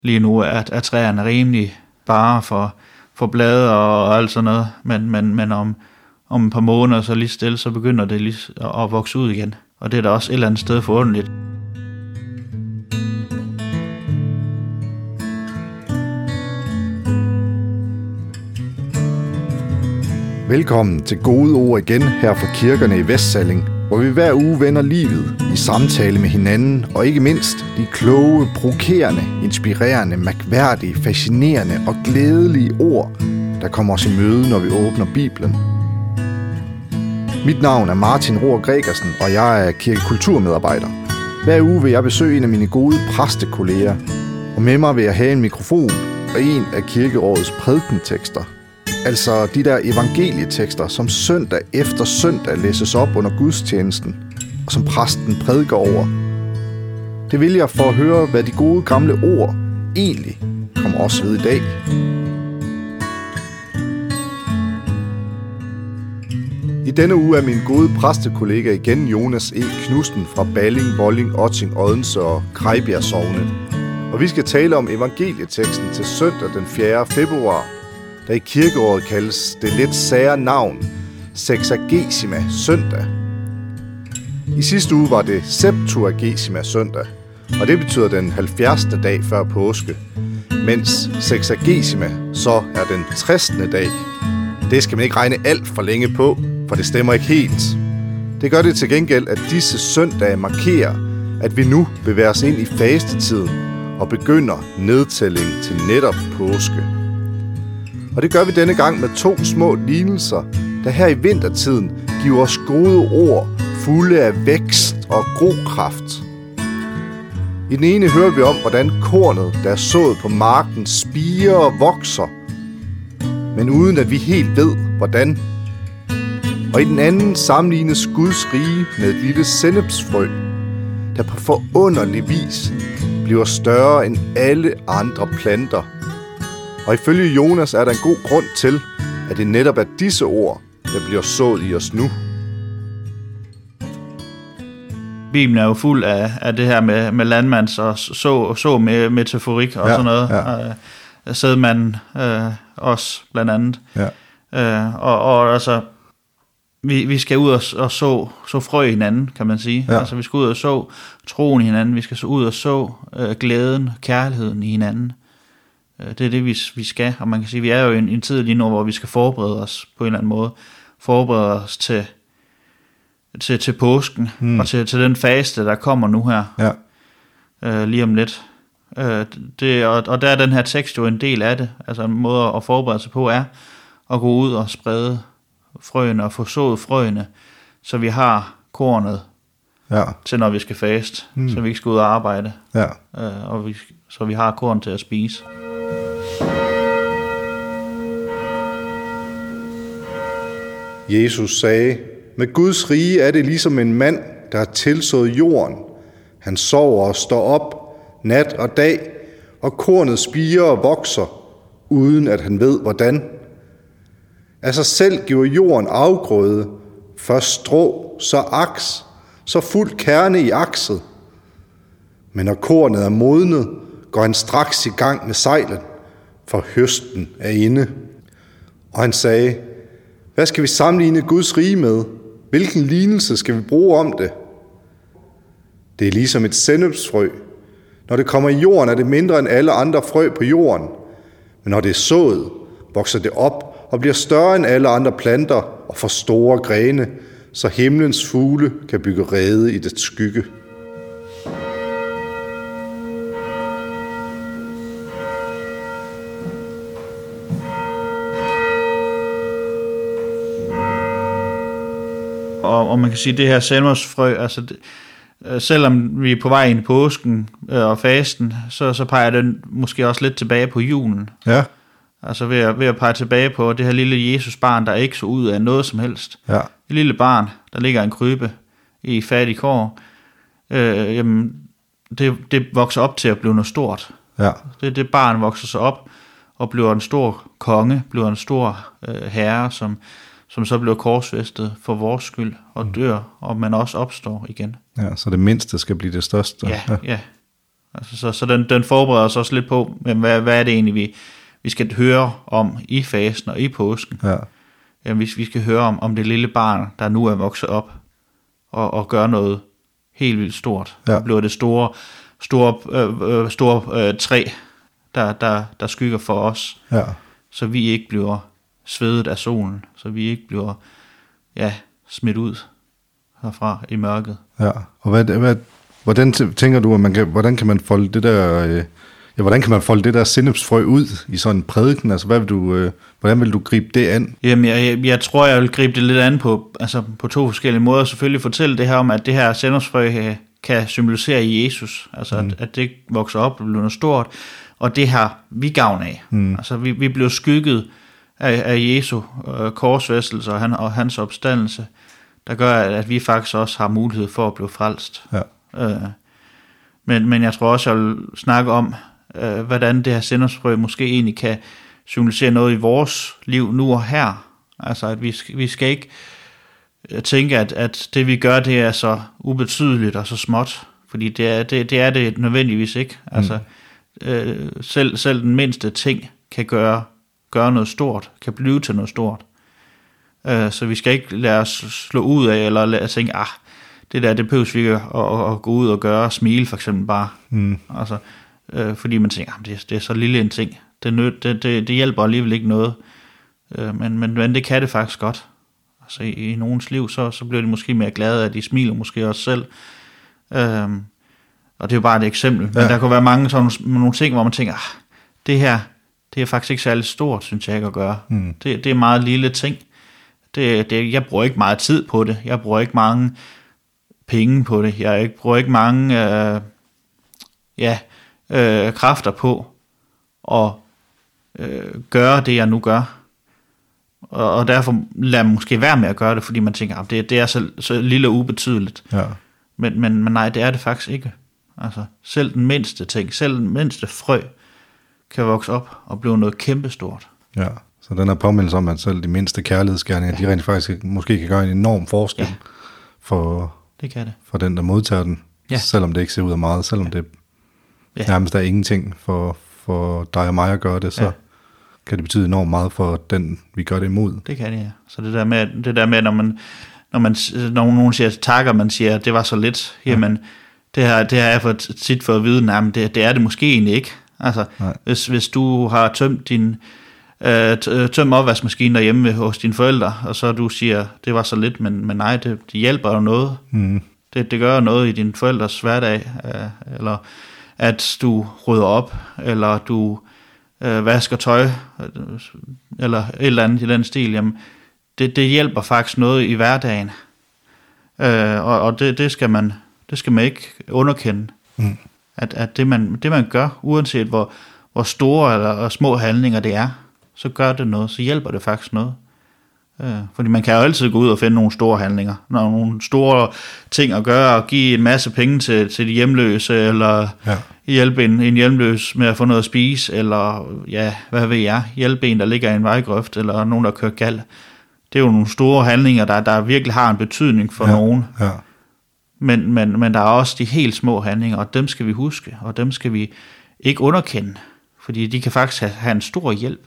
lige nu er træerne rimelig bare for blade og alt sådan noget, men om et par måneder, så lige stille, så begynder det lige at vokse ud igen. Og det er da også et eller andet sted forunderligt. Velkommen til Gode Ord igen her fra kirkerne i Vestsalling, hvor vi hver uge vender livet i samtale med hinanden, og ikke mindst de kloge, provokerende, inspirerende, mærkværdige, fascinerende og glædelige ord, der kommer os i møde, når vi åbner Bibelen. Mit navn er Martin Roar Gregersen, og jeg er kirkekulturmedarbejder. Hver uge vil jeg besøge en af mine gode præstekolleger, og med mig vil jeg have en mikrofon og en af kirkerådets prædikentekster. Altså de der evangelietekster, som søndag efter søndag læses op under gudstjenesten, og som præsten prædiker over. Det vil jeg for at høre, hvad de gode gamle ord egentlig kommer os ved i dag. I denne uge er min gode præstekollega igen Jonas E. Knudsen fra Balling, Volling, Otting, Odense og Krejbjerg sogne. Og vi skal tale om evangelieteksten til søndag den 4. februar, der i kirkeåret kaldes det lidt sære navn Sexagesima søndag. I sidste uge var det Septuagesima søndag, og det betyder den 70. dag før påske, mens Sexagesima så er den 60. dag. Det skal man ikke regne alt for længe på, for det stemmer ikke helt. Det gør det til gengæld, at disse søndage markerer, at vi nu bevæger os ind i fastetiden og begynder nedtælling til netop påske. Og det gør vi denne gang med 2 små lignelser, der her i vintertiden giver os gode ord, fulde af vækst og grokraft. I den ene hører vi om, hvordan kornet, der er sået på marken, spirer og vokser, men uden at vi helt ved, hvordan. Og i den anden sammenlignes Guds rige med et lille sennepsfrø, der på forunderlig vis bliver større end alle andre planter. Og ifølge Jonas er der en god grund til, at det netop er disse ord, der bliver sået i os nu. Bibelen er jo fuld af det her med landmands og så med metaforik og sådan noget. Ja. Sædmanden også blandt andet. Ja. Og altså, vi skal ud og så frø i hinanden, kan man sige. Ja. Altså, vi skal ud og så troen i hinanden. Vi skal så ud og så glæden, kærligheden i hinanden. Det er det, vi skal, og man kan sige, at vi er jo i en tid lige nu, hvor vi skal forberede os på en eller anden måde. Forberede os til påsken, og til den faste, der kommer nu her, lige om lidt. Og der er den her tekst jo en del af det. Altså en måde at forberede sig på er at gå ud og sprede frøene og få sået frøene, så vi har kornet til, når vi skal faste, så vi ikke skal ud og arbejde, så vi har korn til at spise. Jesus sagde, med Guds rige er det ligesom en mand, der har tilsået jorden. Han sover og står op nat og dag, og kornet spirer og vokser, uden at han ved hvordan. Af sig selv giver jorden afgrøde, først strå, så aks, så fuld kerne i akset. Men når kornet er modnet, går han straks i gang med sejlen, for høsten er inde. Og han sagde, hvad skal vi sammenligne Guds rige med? Hvilken lignelse skal vi bruge om det? Det er ligesom et sennepsfrø. Når det kommer i jorden, er det mindre end alle andre frø på jorden. Men når det er sået, vokser det op og bliver større end alle andre planter og får store grene, så himlens fugle kan bygge rede i dets skygge. Og man kan sige, at det her sennepsfrø, altså selvom vi er på vej ind i påsken og fasten, så peger den måske også lidt tilbage på julen. Ja. Altså ved at pege tilbage på det her lille Jesus-barn, der ikke så ud af noget som helst. Ja. Et lille barn, der ligger i en krybe i fattig kår, jamen, det vokser op til at blive noget stort. Ja. Det barn vokser sig op og bliver en stor konge, bliver en stor herre, som så bliver korsfæstet for vores skyld og dør, og man også opstår igen. Ja, så det mindste skal blive det største. Ja. Altså, så den forbereder os også lidt på, hvad er det egentlig, vi skal høre om i fasten og i påsken. Ja. Jamen, vi skal høre om det lille barn, der nu er vokset op og gør noget helt vildt stort. Ja. Det bliver det store træ, der skygger for os, så vi ikke bliver svedet af solen, så vi ikke bliver smidt ud herfra i mørket. Ja, og hvordan tænker du, at hvordan kan man folde det der... hvordan kan man folde det der sennepsfrø ud i sådan en prædiken? Altså, hvordan vil du gribe det an? Jamen, jeg tror, jeg vil gribe det lidt an på 2 forskellige måder. Selvfølgelig fortælle det her om, at det her sennepsfrø kan symbolisere Jesus. Altså, at det vokser op og bliver noget stort. Og det har vi gavn af. Altså, vi bliver skygget af Jesu korsfæstelse og hans opstandelse, der gør, at vi faktisk også har mulighed for at blive frelst. Ja. Men jeg tror også, jeg vil snakke om, hvordan det her sennepsfrø måske egentlig kan symbolisere noget i vores liv nu og her. Altså, at vi skal ikke tænke, at det vi gør, det er så ubetydeligt og så småt, fordi det er det nødvendigvis ikke. Altså, selv den mindste ting kan gøre noget stort, kan blive til noget stort. Så vi skal ikke lade os slå ud af, eller lade os tænke, det behøves vi ikke at gå ud og gøre, smile for eksempel bare. Altså, fordi man tænker, det er så lille en ting. Det hjælper alligevel ikke noget. Men det kan det faktisk godt. Altså i nogens liv, så bliver de måske mere glade, at de smiler måske også selv. Og det er jo bare et eksempel. Men der kunne være mange sådan nogle ting, hvor man tænker, det her, det er faktisk ikke særlig stort, synes jeg ikke at gøre. Det er meget lille ting. Jeg bruger ikke meget tid på det. Jeg bruger ikke mange penge på det. Jeg bruger ikke mange kræfter på at gøre det, jeg nu gør. Og derfor lader man måske være med at gøre det, fordi man tænker, det er så lille og ubetydeligt. Ja. Men nej, det er det faktisk ikke. Altså, selv den mindste ting, selv den mindste frø, kan vokse op og blive noget kæmpestort. Ja, så den er påmindelse om, at selv de mindste kærlighedsgerninger, de rent faktisk måske kan gøre en enorm forskel for den, der modtager den. Ja. Selvom det ikke ser ud af meget, selvom det nærmest er ingenting for dig og mig at gøre det, så kan det betyde enormt meget for den, vi gør det imod. Det kan det, ja. Så det der med når nogen siger tak, og man siger, det var så lidt, jamen, det har jeg tit fået at vide, det er det måske egentlig ikke. Altså, hvis du har tømt din opvaskemaskine derhjemme hos dine forældre, og så du siger, det var så lidt, men nej, det hjælper jo noget. Det gør noget i din forældres hverdag, eller at du rydder op, eller du vasker tøj, eller et eller andet i den stil. Jamen, det hjælper faktisk noget i hverdagen. Og det skal man ikke underkende. At det man gør, uanset hvor store eller små handlinger det er, så gør det noget, så hjælper det faktisk noget. Fordi man kan jo altid gå ud og finde nogle store handlinger, nogle store ting at gøre, og give en masse penge til de hjemløse, eller hjælpe en hjemløs med at få noget at spise, eller hvad ved jeg, hjælpe en, der ligger i en vejgrøft, eller nogen, der kører galt. Det er jo nogle store handlinger, der virkelig har en betydning for nogen. Ja. Men der er også de helt små handlinger, og dem skal vi huske, og dem skal vi ikke underkende, fordi de kan faktisk have en stor hjælp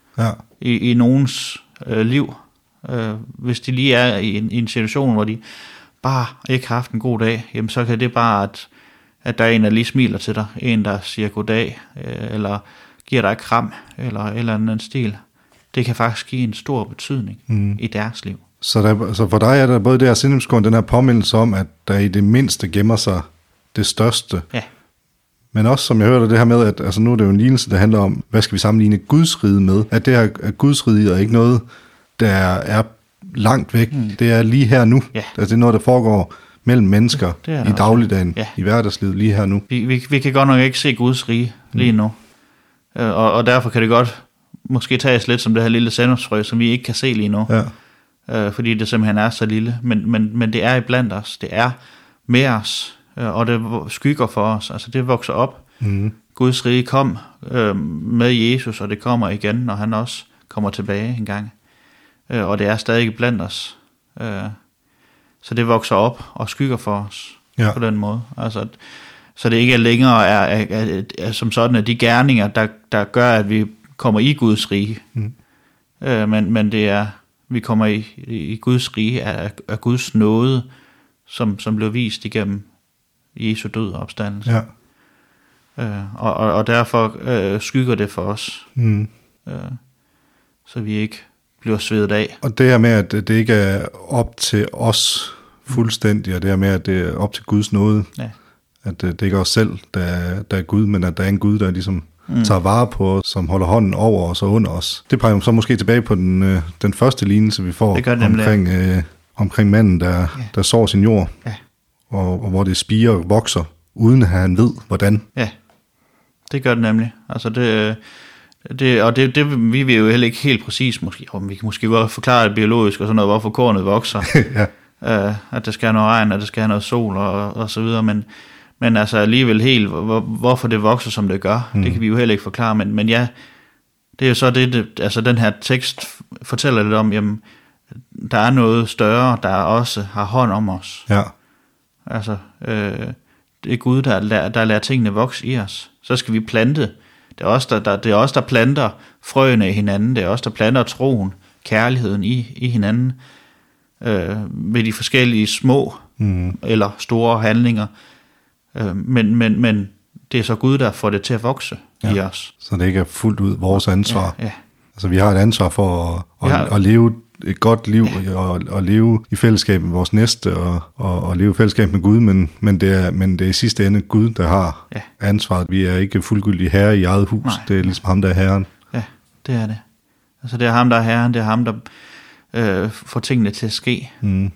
i nogens liv. Hvis de lige er i en situation, hvor de bare ikke har haft en god dag, jamen så kan det bare, at der er en, der lige smiler til dig, en, der siger goddag, eller giver dig et kram, eller anden stil. Det kan faktisk give en stor betydning i deres liv. Så for dig er der både det her sennepskorn, den her påmindelse om, at der i det mindste gemmer sig det største. Ja. Men også, som jeg hørte, det her med, at altså nu er det jo en lignelse, der handler om, hvad skal vi sammenligne Guds rige med? At det her at Guds rige er ikke noget, der er langt væk. Det er lige her nu. Ja. Altså det er noget, der foregår mellem mennesker i dagligdagen, i hverdagslivet lige her nu. Vi kan godt nok ikke se Guds rige lige nu. Og derfor kan det godt måske tages lidt som det her lille sennepsfrø, som vi ikke kan se lige nu. Ja. Fordi det simpelthen er så lille. Men det er iblandt os. Det er med os. Og det skygger for os. Altså det vokser op. Guds rige kom med Jesus, og det kommer igen, når han også kommer tilbage en gang. Og det er stadig blandt os. Så det vokser op og skygger for os på den måde. Altså så det ikke længere er som sådan, at de gerninger, der gør, at vi kommer i Guds rige. Men det er, vi kommer i Guds rige af Guds nåde, som blev vist igennem Jesu død og opstandelse. Og derfor skygger det for os, så vi ikke bliver svedet af. Og det her med, at det ikke er op til os fuldstændig, og det her med, at det er op til Guds nåde, at det ikke er os selv, der er Gud, men at der er en Gud, der ligesom tager vare på os, som holder hånden over os og under os. Det peger så måske tilbage på den første lignelse, vi får omkring manden, der sår sin jord, og hvor det spirer og vokser, uden at han ved, hvordan. Ja, det gør det nemlig. Altså vi vil jo heller ikke helt præcis, vi kan måske godt forklare det biologisk og sådan noget, hvorfor kornet vokser. At der skal have noget regn, at der skal have noget sol og så videre, men altså alligevel helt, hvorfor det vokser, som det gør, det kan vi jo heller ikke forklare, men ja, det er jo så altså den her tekst fortæller lidt om, jamen, der er noget større, der også har hånd om os. Ja. Altså, det er Gud, der lader tingene vokse i os. Så skal vi plante. Det er os, der planter frøene i hinanden. Det er os, der planter troen, kærligheden i hinanden. Ved de forskellige små eller store handlinger. Men det er så Gud, der får det til at vokse i os. Så det ikke er fuldt ud vores ansvar. Ja. Altså vi har et ansvar for at leve et godt liv og leve i fællesskab med vores næste og leve i fællesskab med Gud, men det er i sidste ende Gud, der har ansvaret. Vi er ikke fuldgyldige herre i eget hus. Nej. Det er ligesom ham, der er herren. Ja, det er det. Altså det er ham, der er herren. Det er ham, der får tingene til at ske.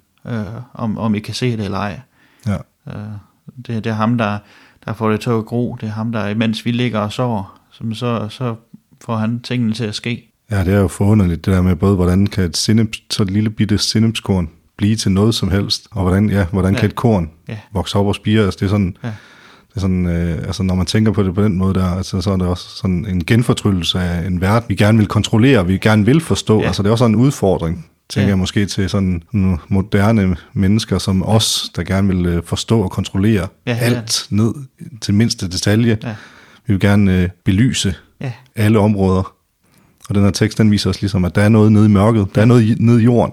Om I kan se det eller ej. Ja. Det er ham, der får det til at gro. Det er ham, der imens vi ligger og sover, så får han tingene til at ske. Ja, det er jo forunderligt, det der med både, hvordan kan så et lille bitte sennepskorn blive til noget som helst, og hvordan kan et korn vokse op og spire. Altså, det er sådan, altså når man tænker på det på den måde der, altså, så er det også sådan en genfortryllelse af en verden, vi gerne vil kontrollere, vi gerne vil forstå. Altså det er også en udfordring, tænker jeg måske, til sådan moderne mennesker som os, der gerne vil forstå og kontrollere alt ned til mindste detalje. Ja. Vi vil gerne belyse alle områder. Og den her tekst, den viser os ligesom, at der er noget nede i mørket, der er noget nede i jorden,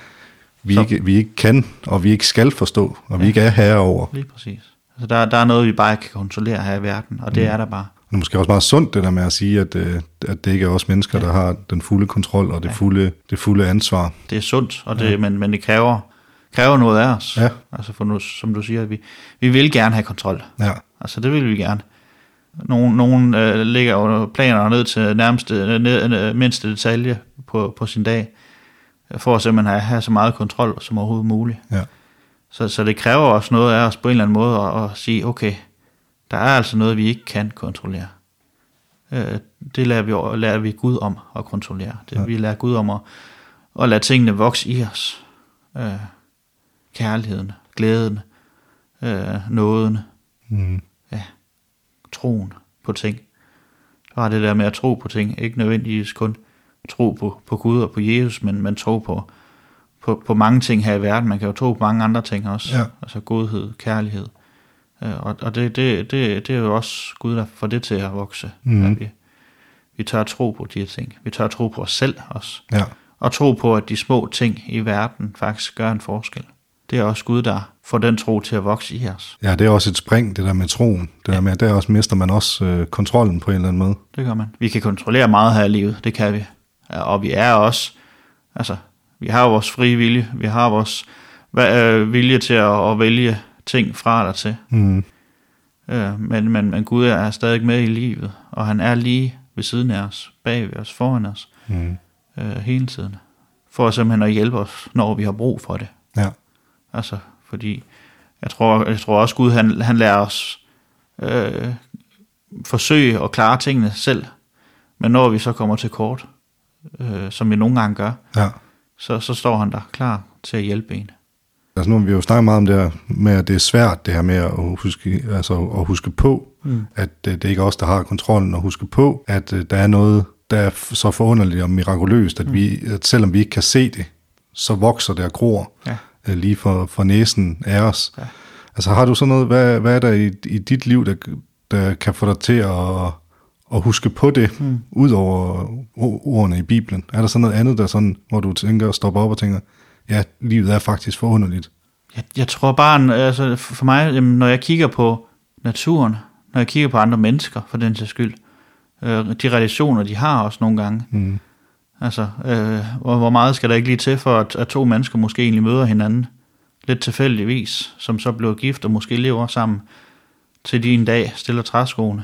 vi ikke kan, og vi ikke skal forstå, og vi ikke er herre over. Lige præcis. Altså der er noget, vi bare ikke kan kontrollere her i verden, og det er der bare. Det er måske også meget sundt, det der med at sige, at det ikke er os mennesker, der har den fulde kontrol og det fulde ansvar. Det er sundt, og men det kræver noget af os. Ja. Altså for nu, som du siger, vi vil gerne have kontrol. Ja. Altså det vil vi gerne. Nogen lægger jo planer ned til mindste detalje på sin dag, for at simpelthen have så meget kontrol som overhovedet muligt. Ja. Så det kræver også noget af os på en eller anden måde at sige, okay, der er altså noget, vi ikke kan kontrollere. Det lærer vi Gud om at kontrollere. Vi lærer Gud om at lade tingene vokse i os. Kærligheden, glæden, nåden, troen på ting. Der er det der med at tro på ting, ikke nødvendigvis kun tro på Gud og på Jesus, men tro på mange ting her i verden. Man kan jo tro på mange andre ting også. Ja. Altså godhed, kærlighed. Og det er jo også Gud, der får det til at vokse. At vi tør at tro på de her ting. Vi tør at tro på os selv også. Ja. Og tro på, at de små ting i verden faktisk gør en forskel. Det er også Gud, der får den tro til at vokse i os. Ja, det er også et spring, det der med troen. Det der med, der også mister man også kontrollen på en eller anden måde. Det gør man. Vi kan kontrollere meget her i livet, det kan vi. Og vi er også, altså, vi har vores frie vilje. Vi har vores vilje til at vælge ting fra eller til. Men Gud er stadig med i livet, og han er lige ved siden af os, bag ved os, foran os, hele tiden. For simpelthen at hjælpe os, når vi har brug for det. Ja. Altså, fordi jeg tror også Gud, han lærer os forsøge at klare tingene selv. Men når vi så kommer til kort, som vi nogle gange gør, så står han der klar til at hjælpe en. Altså nu har vi jo snakket meget om det her med, at det er svært det her med at huske på, at det ikke er os, der har kontrollen, og huske på, at der er noget, der er så forunderligt og mirakuløst, at selvom vi ikke kan se det, så vokser det og gror lige for næsen af os. Ja. Altså har du sådan noget, hvad er der i dit liv, der kan få dig til at huske på det, ud over ordene i Bibelen? Er der sådan noget andet, der sådan, hvor du tænker og stopper op og tænker, ja, livet er faktisk forunderligt? Jeg tror bare, altså for mig, når jeg kigger på naturen, når jeg kigger på andre mennesker, for den sags skyld, de relationer, de har også nogle gange. Altså, hvor meget skal der ikke lige til for, at to mennesker måske egentlig møder hinanden, lidt tilfældigvis, som så bliver gift og måske lever sammen, til de en dag stiller træskoene.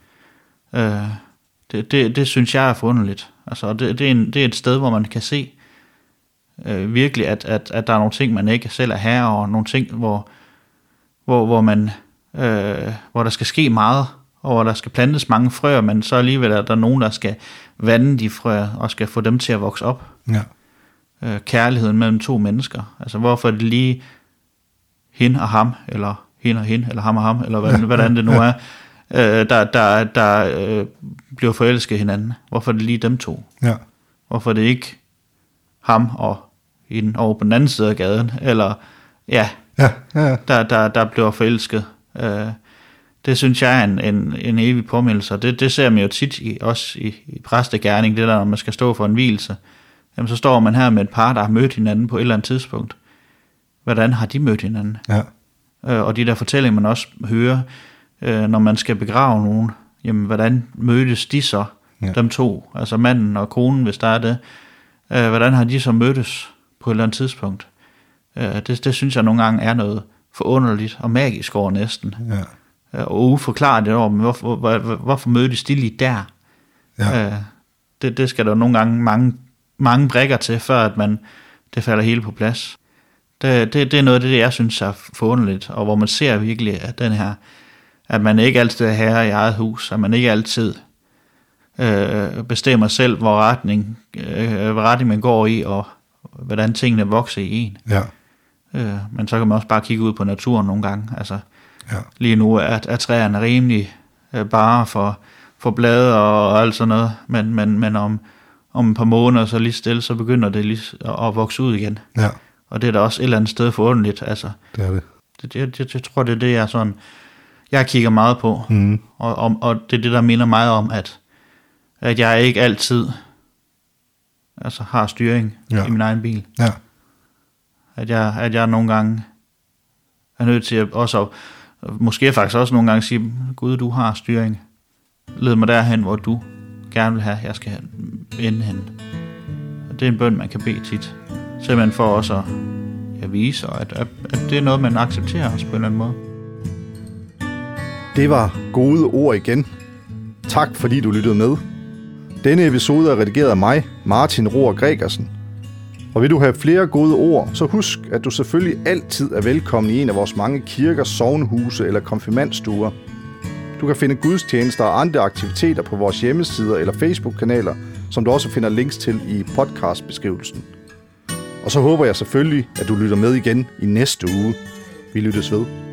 Det synes jeg er forunderligt. Altså, det er et sted, hvor man kan se virkelig, at der er nogle ting, man ikke selv er herre over, nogle ting, hvor man hvor der skal ske meget, og hvor der skal plantes mange frøer, men så alligevel er der nogen, der skal vande de frøer, og skal få dem til at vokse op. Ja. Kærligheden mellem to mennesker. Altså, hvorfor er det lige hende og ham, eller hende og hende, eller ham og ham, eller hvordan det nu er, der bliver forelsket hinanden. Hvorfor er det lige dem to? Ja. Hvorfor er det ikke ham og hende over på den anden side af gaden, eller der bliver forelsket? Det synes jeg er en evig påmindelse, og det ser man jo tit også i præstegerning, det der, når man skal stå for en vielse. Jamen, så står man her med et par, der har mødt hinanden på et eller andet tidspunkt. Hvordan har de mødt hinanden? Ja. Og de der fortællinger, man også hører, når man skal begrave nogen, jamen, hvordan mødtes de så, dem to, altså manden og konen, hvis der er det. Hvordan har de så mødtes på et eller andet tidspunkt? Det synes jeg nogle gange er noget forunderligt og magisk over næsten. Ja. Og uforklarligt over, hvorfor mødtes de lige der? Ja. Det skal der nogle gange mange brikker til, før at det falder hele på plads. Det er noget af det, jeg synes er forunderligt, og hvor man ser virkelig, at den her, at man ikke altid er herre i eget hus, at man ikke altid bestemmer selv, hvor retning man går i, og hvordan tingene vokser i en. Ja. Men så kan man også bare kigge ud på naturen nogle gange. Altså, lige nu er træerne rimelig bare for blade og alt sådan noget, men om et par måneder, så lige stille, så begynder det lige at vokse ud igen. Ja. Og det er da også et eller andet sted forunderligt. Altså, det er det. Jeg tror, det er det, jeg kigger meget på. Og det er det, der minder meget om, at jeg ikke altid har styring i min egen bil. Ja. At jeg nogle gange er nødt til også måske faktisk også nogle gange sige, Gud, du har styring. Led mig derhen, hvor du gerne vil have, jeg skal ende hen. Det er en bøn, man kan bede tit. Simpelthen for også at vise, at det er noget, man accepterer også på en eller anden måde. Det var gode ord igen. Tak fordi du lyttede med. Denne episode er redigeret af mig, Martin Roar Gregersen. Og vil du have flere gode ord, så husk, at du selvfølgelig altid er velkommen i en af vores mange kirker, sognehuse eller konfirmandstuer. Du kan finde gudstjenester og andre aktiviteter på vores hjemmesider eller Facebook-kanaler, som du også finder links til i podcastbeskrivelsen. Og så håber jeg selvfølgelig, at du lytter med igen i næste uge. Vi lyttes ved.